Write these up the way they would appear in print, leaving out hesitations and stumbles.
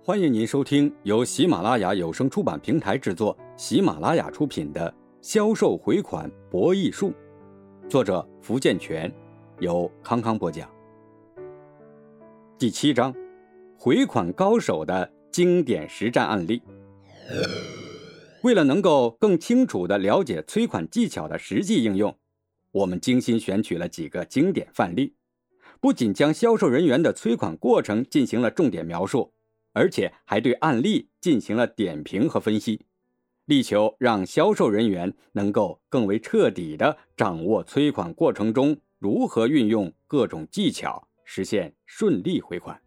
欢迎您收听由喜马拉雅有声出版平台制作、喜马拉雅出品的《销售回款博弈术》，作者福建泉，由康康播讲。第7章，回款高手的经典实战案例。为了能够更清楚地了解催款技巧的实际应用，我们精心选取了几个经典范例，不仅将销售人员的催款过程进行了重点描述，而且还对案例进行了点评和分析，力求让销售人员能够更为彻底地掌握催款过程中如何运用各种技巧，实现顺利回款。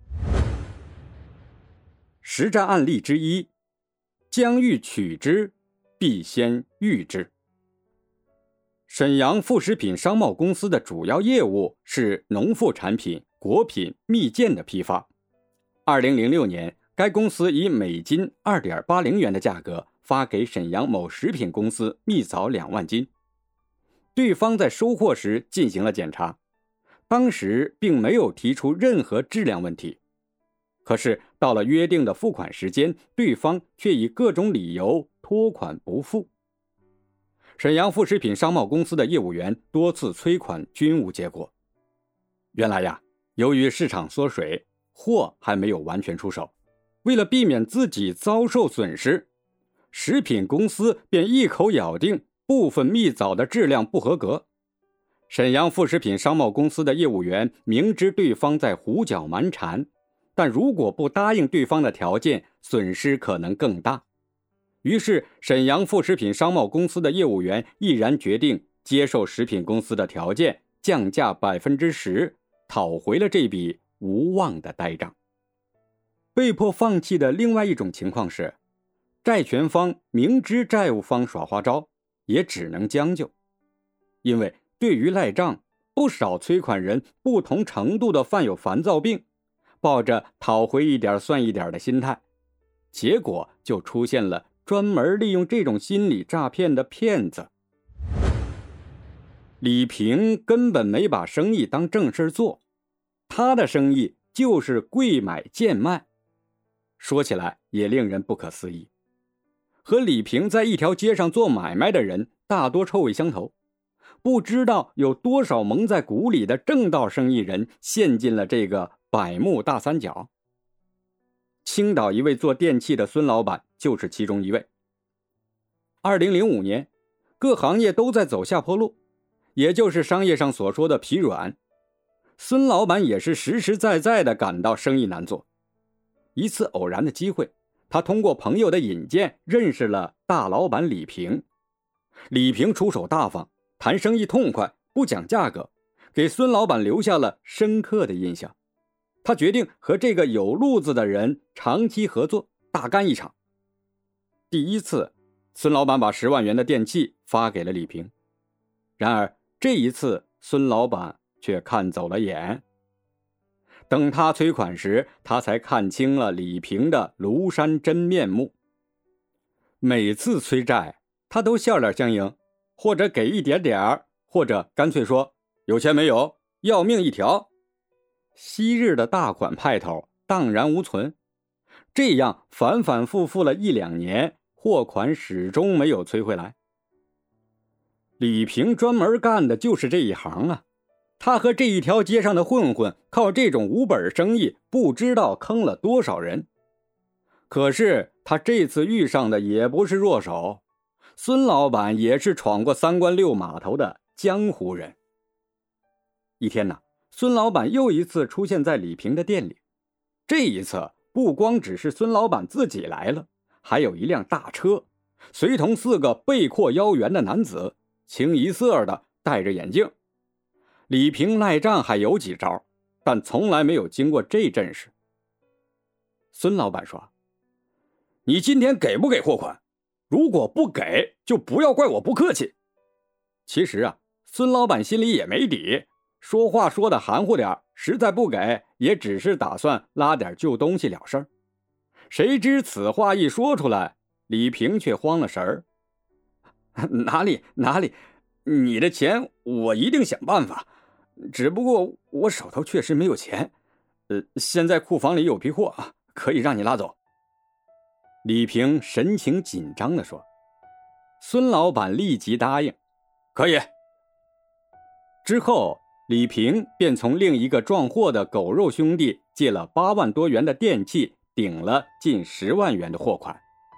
实战案例之一，将欲取之，必先喻之。沈阳副食品商贸公司的主要业务是农副产品、果品、蜜饯的批发。2006年，该公司以每斤 2.80 元的价格发给沈阳某食品公司蜜枣2万斤。对方在收货时进行了检查，当时并没有提出任何质量问题。可是到了约定的付款时间，对方却以各种理由拖款不付。沈阳副食品商贸公司的业务员多次催款均无结果。原来呀，由于市场缩水，货还没有完全出手，为了避免自己遭受损失，食品公司便一口咬定部分蜜枣的质量不合格。沈阳副食品商贸公司的业务员明知对方在胡搅蛮缠，但如果不答应对方的条件，损失可能更大。于是沈阳副食品商贸公司的业务员毅然决定接受食品公司的条件，降价 10%， 讨回了这笔无望的呆账。被迫放弃的另外一种情况是，债权方明知债务方耍花招，也只能将就。因为对于赖账，不少催款人不同程度的犯有烦躁病，抱着讨回一点算一点的心态，结果就出现了专门利用这种心理诈骗的骗子。李平根本没把生意当正事做，他的生意就是贵买贱卖。说起来也令人不可思议，和李平在一条街上做买卖的人大多臭味相投，不知道有多少蒙在鼓里的正道生意人陷进了这个百慕大三角。青岛一位做电器的孙老板就是其中一位。2005年，各行业都在走下坡路，也就是商业上所说的疲软。孙老板也是实实在在地感到生意难做。一次偶然的机会，他通过朋友的引荐认识了大老板李平。李平出手大方，谈生意痛快，不讲价格，给孙老板留下了深刻的印象。他决定和这个有路子的人长期合作，大干一场。第一次，孙老板把10万元的电器发给了李平。然而这一次，孙老板却看走了眼。等他催款时，他才看清了李平的庐山真面目。每次催债，他都笑脸相迎，或者给一点点，或者干脆说有钱没有，要命一条。昔日的大款派头荡然无存。这样反反复复了1-2年，货款始终没有催回来。李平专门干的就是这一行啊，他和这一条街上的混混靠这种无本生意不知道坑了多少人。可是他这次遇上的也不是弱手，孙老板也是闯过3关6码头的江湖人。一天呢，孙老板又一次出现在李平的店里。这一次不光只是孙老板自己来了，还有一辆大车，随同4个背阔腰圆的男子，清一色的戴着眼镜。李平赖账还有几招，但从来没有经过这阵势。孙老板说，你今天给不给货款？如果不给，就不要怪我不客气。其实啊，孙老板心里也没底，说话说的含糊点，实在不给，也只是打算拉点旧东西了事儿。谁知此话一说出来，李平却慌了神儿。哪里，你的钱我一定想办法，只不过我手头确实没有钱。现在库房里有批货，可以让你拉走。 李平神情紧张地说。孙老板立即答应，可以。之后李平便从另一个撞货的狗肉兄弟借了8万多元的电器，顶了近10万元的货款。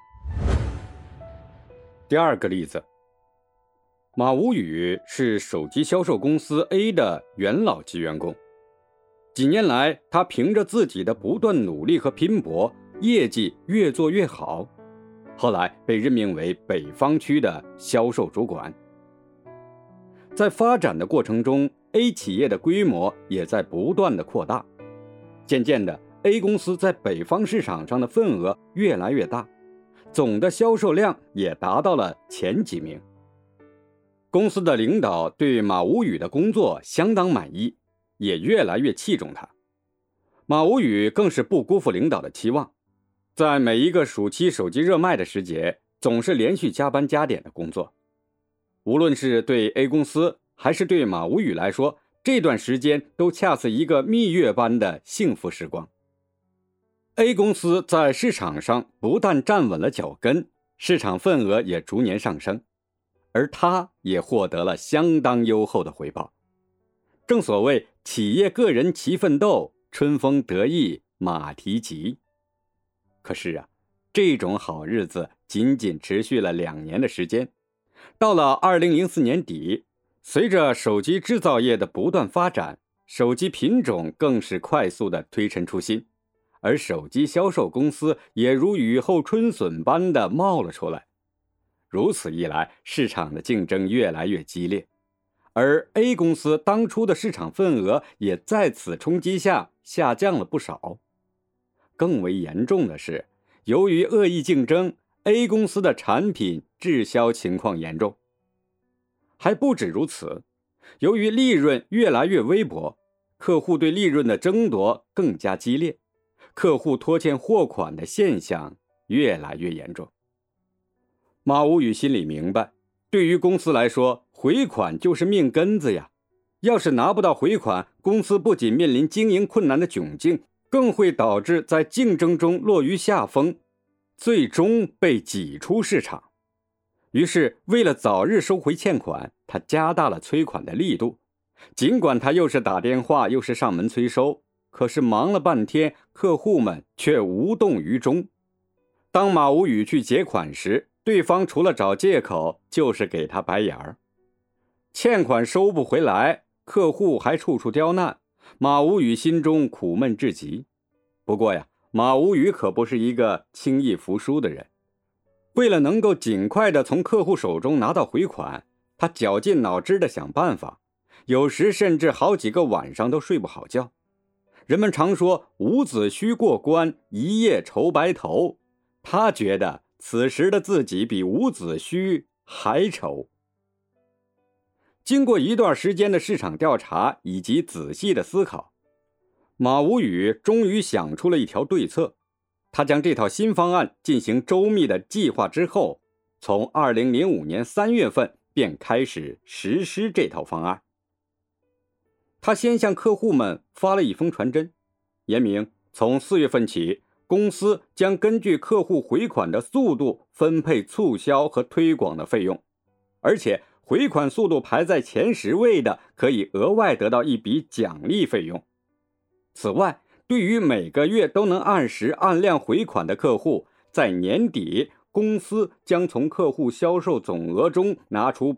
第二个例子，马无宇是手机销售公司 A 的元老级员工。几年来，他凭着自己的不断努力和拼搏，业绩越做越好，后来被任命为北方区的销售主管。在发展的过程中， A 企业的规模也在不断的扩大，渐渐的 A 公司在北方市场上的份额越来越大，总的销售量也达到了前几名。公司的领导对马无宇的工作相当满意，也越来越器重他。马无宇更是不辜负领导的期望，在每一个暑期手机热卖的时节，总是连续加班加点的工作。无论是对 A 公司还是对马无宇来说，这段时间都恰似一个蜜月般的幸福时光。A 公司在市场上不但站稳了脚跟，市场份额也逐年上升，而他也获得了相当优厚的回报。正所谓企业个人齐奋斗，春风得意马蹄疾。可是啊，这种好日子仅仅持续了2年的时间。到了2004年底，随着手机制造业的不断发展，手机品种更是快速的推陈出新，而手机销售公司也如雨后春笋般的冒了出来。如此一来，市场的竞争越来越激烈，而 A 公司当初的市场份额也在此冲击下下降了不少。更为严重的是，由于恶意竞争， A 公司的产品滞销情况严重。还不止如此，由于利润越来越微薄，客户对利润的争夺更加激烈，客户拖欠货款的现象越来越严重。马无宇心里明白，对于公司来说，回款就是命根子呀。要是拿不到回款，公司不仅面临经营困难的窘境，更会导致在竞争中落于下风，最终被挤出市场。于是为了早日收回欠款，他加大了催款的力度。尽管他又是打电话又是上门催收，可是忙了半天，客户们却无动于衷。当马无宇去结款时，对方除了找借口就是给他白眼儿。欠款收不回来，客户还处处刁难，马无宇心中苦闷至极。不过呀，马无宇可不是一个轻易服输的人。为了能够尽快地从客户手中拿到回款，他绞尽脑汁地想办法，有时甚至好几个晚上都睡不好觉。人们常说伍子胥过关，一夜愁白头，他觉得此时的自己比伍子胥还愁。经过一段时间的市场调查以及仔细的思考，马无宇终于想出了一条对策。他将这套新方案进行周密的计划之后，从2005年3月份便开始实施这套方案。他先向客户们发了一封传真，言明从4月份起，公司将根据客户回款的速度分配促销和推广的费用，而且回款速度排在前10位的可以额外得到一笔奖励费用。此外，对于每个月都能按时按量回款的客户，在年底公司将从客户销售总额中拿出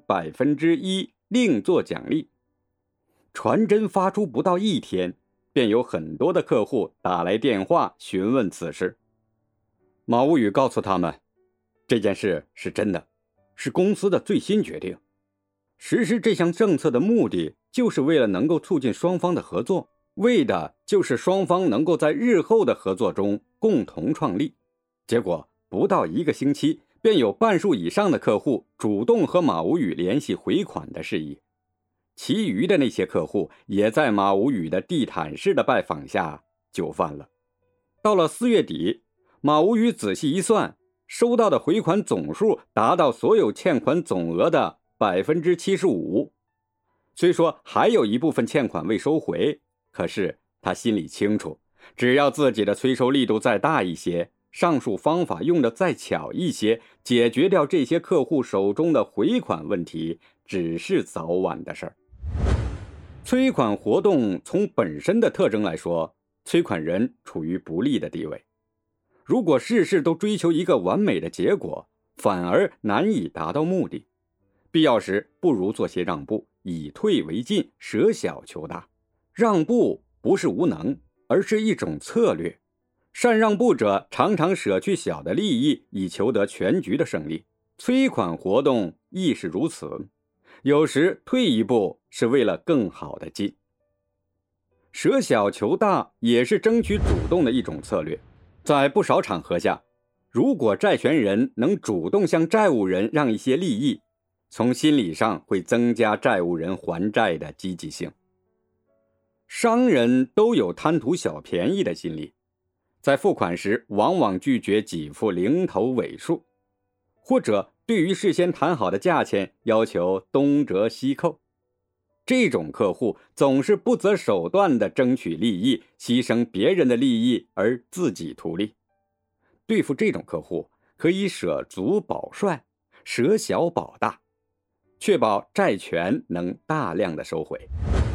1%另做奖励。传真发出不到1天，便有很多的客户打来电话询问此事。马无宇告诉他们，这件事是真的，是公司的最新决定。实施这项政策的目的，就是为了能够促进双方的合作，为的就是双方能够在日后的合作中共同创利。结果不到1个星期，便有半数以上的客户主动和马无宇联系回款的事宜。其余的那些客户也在马无宇的地毯式的拜访下就范了。到了4月底，马无宇仔细一算，收到的回款总数达到所有欠款总额的 75%。 虽说还有一部分欠款未收回，可是他心里清楚，只要自己的催收力度再大一些， 上述方法用的再巧一些，解决掉这些客户手中的回款问题，只是早晚的事儿。催款活动从本身的特征来说，催款人处于不利的地位。如果事事都追求一个完美的结果，反而难以达到目的。必要时不如做些让步，以退为进，舍小求大。让步不是无能，而是一种策略。善让步者常常舍去小的利益，以求得全局的胜利。催款活动亦是如此，有时退一步是为了更好的进。舍小求大也是争取主动的一种策略。在不少场合下，如果债权人能主动向债务人让一些利益，从心理上会增加债务人还债的积极性。商人都有贪图小便宜的心理，在付款时往往拒绝给付零头尾数，或者对于事先谈好的价钱要求东折西扣。这种客户总是不择手段地争取利益，牺牲别人的利益而自己图利。对付这种客户，可以舍足保帅，舍小保大，确保债权能大量的收回。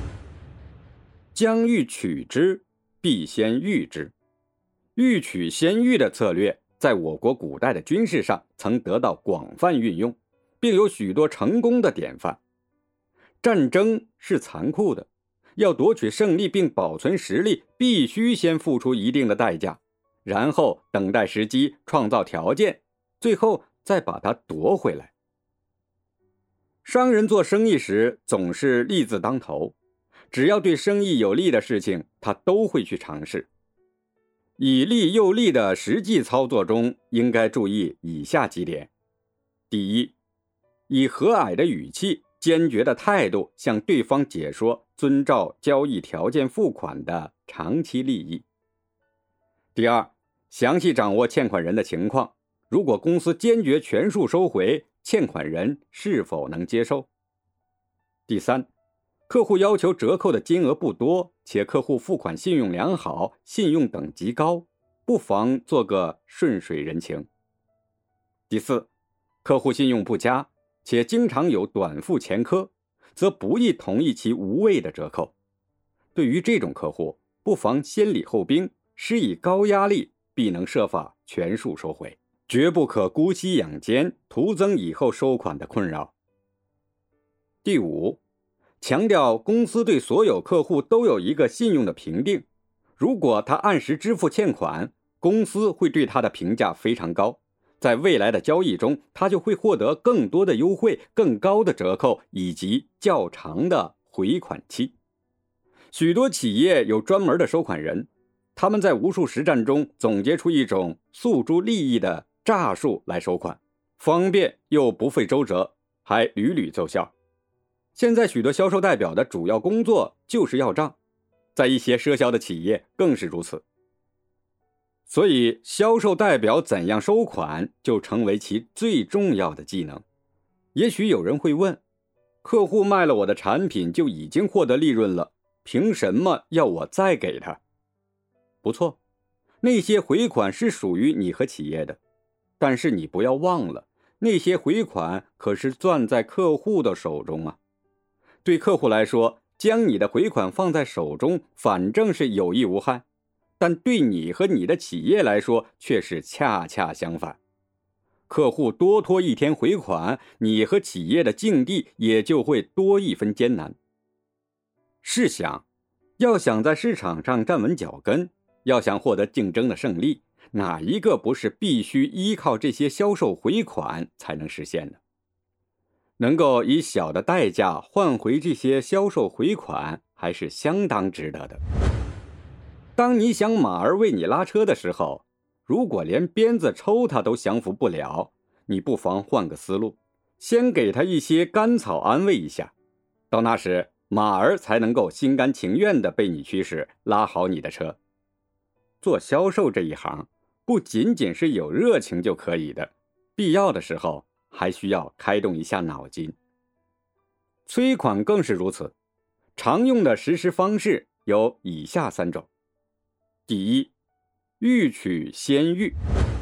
将欲取之，必先予之。欲取先予的策略在我国古代的军事上曾得到广泛运用，并有许多成功的典范。战争是残酷的，要夺取胜利并保存实力，必须先付出一定的代价，然后等待时机，创造条件，最后再把它夺回来。商人做生意时总是利字当头，只要对生意有利的事情，他都会去尝试。以利诱利的实际操作中，应该注意以下几点。第一，以和蔼的语气、坚决的态度向对方解说遵照交易条件付款的长期利益。第二，详细掌握欠款人的情况，如果公司坚决全数收回，欠款人是否能接受？第三，客户要求折扣的金额不多，且客户付款信用良好，信用等级高，不妨做个顺水人情。第四，客户信用不佳，且经常有短付前科，则不宜同意其无谓的折扣。对于这种客户，不妨先礼后兵，施以高压力，必能设法全数收回，绝不可姑息养奸，徒增以后收款的困扰。第五，强调公司对所有客户都有一个信用的评定，如果他按时支付欠款，公司会对他的评价非常高，在未来的交易中，他就会获得更多的优惠、更高的折扣以及较长的回款期。许多企业有专门的收款人，他们在无数实战中总结出一种诉诸利益的诈术来收款，方便又不费周折，还屡屡奏效。现在许多销售代表的主要工作就是要账，在一些赊销的企业更是如此。所以销售代表怎样收款就成为其最重要的技能。也许有人会问，客户卖了我的产品就已经获得利润了，凭什么要我再给他？不错，那些回款是属于你和企业的，但是你不要忘了，那些回款可是攥在客户的手中啊。对客户来说，将你的回款放在手中，反正是有益无害，但对你和你的企业来说却是恰恰相反。客户多拖一天回款，你和企业的境地也就会多一分艰难。试想，要想在市场上站稳脚跟，要想获得竞争的胜利，哪一个不是必须依靠这些销售回款才能实现的？能够以小的代价换回这些销售回款，还是相当值得的。当你想马儿为你拉车的时候，如果连鞭子抽他都降服不了，你不妨换个思路，先给他一些甘草安慰一下，到那时马儿才能够心甘情愿地被你驱使，拉好你的车。做销售这一行，不仅仅是有热情就可以的，必要的时候还需要开动一下脑筋。催款更是如此，常用的实施方式有以下3种。第一，欲取先予。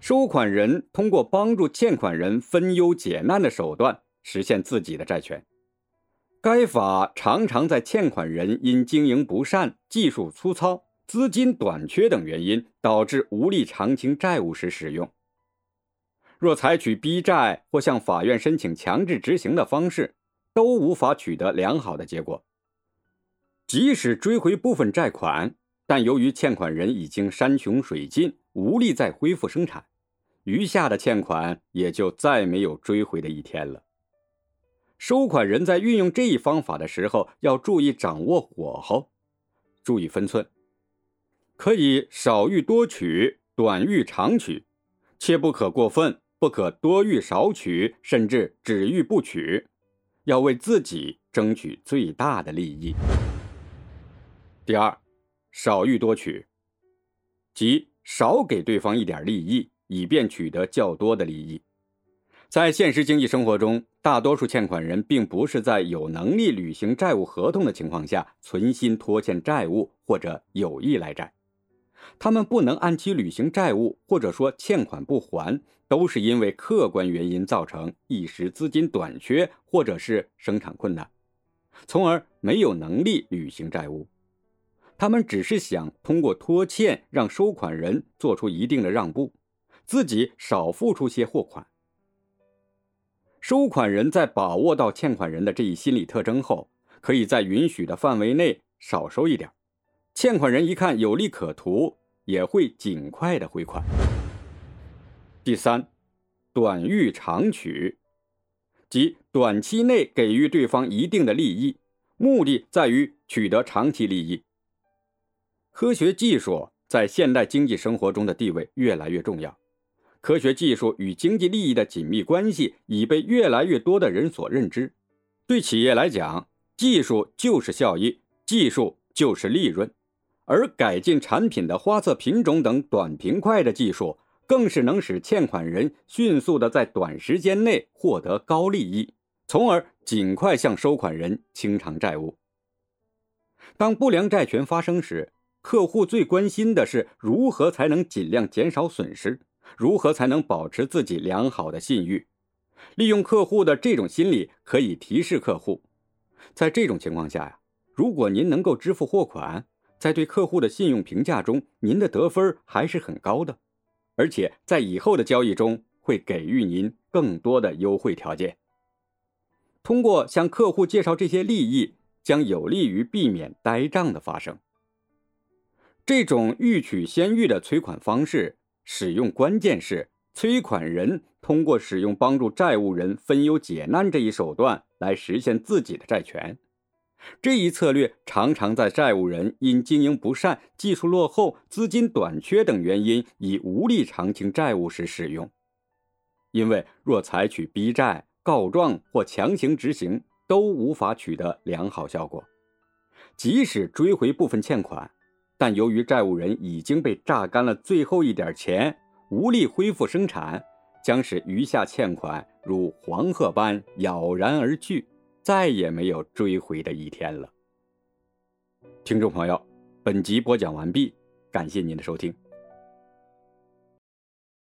收款人通过帮助欠款人分忧解难的手段实现自己的债权。该法常常在欠款人因经营不善、技术粗糙、资金短缺等原因导致无力偿清债务时使用。若采取逼债或向法院申请强制执行的方式，都无法取得良好的结果。即使追回部分债款，但由于欠款人已经山穷水尽，无力再恢复生产，余下的欠款也就再没有追回的一天了。收款人在运用这一方法的时候，要注意掌握火候，注意分寸，可以少欲多取，短欲长取，切不可过分，不可多欲少取，甚至只欲不取，要为自己争取最大的利益。第二，少欲多取，即少给对方一点利益，以便取得较多的利益。在现实经济生活中，大多数欠款人并不是在有能力履行债务合同的情况下存心拖欠债务或者有意来债，他们不能按期履行债务，或者说欠款不还，都是因为客观原因造成一时资金短缺或者是生产困难，从而没有能力履行债务。他们只是想通过拖欠让收款人做出一定的让步，自己少付出些货款。收款人在把握到欠款人的这一心理特征后，可以在允许的范围内少收一点，欠款人一看有利可图，也会尽快的回款。第三，短欲长取，即短期内给予对方一定的利益，目的在于取得长期利益。科学技术在现代经济生活中的地位越来越重要，科学技术与经济利益的紧密关系已被越来越多的人所认知。对企业来讲，技术就是效益，技术就是利润，而改进产品的花色品种等短平快的技术，更是能使欠款人迅速地在短时间内获得高利益，从而尽快向收款人清偿债务。当不良债权发生时，客户最关心的是如何才能尽量减少损失，如何才能保持自己良好的信誉。利用客户的这种心理，可以提示客户，在这种情况下如果您能够支付货款，在对客户的信用评价中，您的得分还是很高的，而且在以后的交易中会给予您更多的优惠条件。通过向客户介绍这些利益，将有利于避免呆账的发生。这种欲取先予的催款方式，使用关键是催款人通过使用帮助债务人分忧解难这一手段来实现自己的债权。这一策略常常在债务人因经营不善、技术落后、资金短缺等原因已无力偿清债务时使用。因为若采取逼债、告状或强行执行，都无法取得良好效果。即使追回部分欠款，但由于债务人已经被榨干了最后一点钱，无力恢复生产，将使余下欠款如黄鹤般杳然而去，再也没有追回的一天了。听众朋友，本集播讲完毕，感谢您的收听。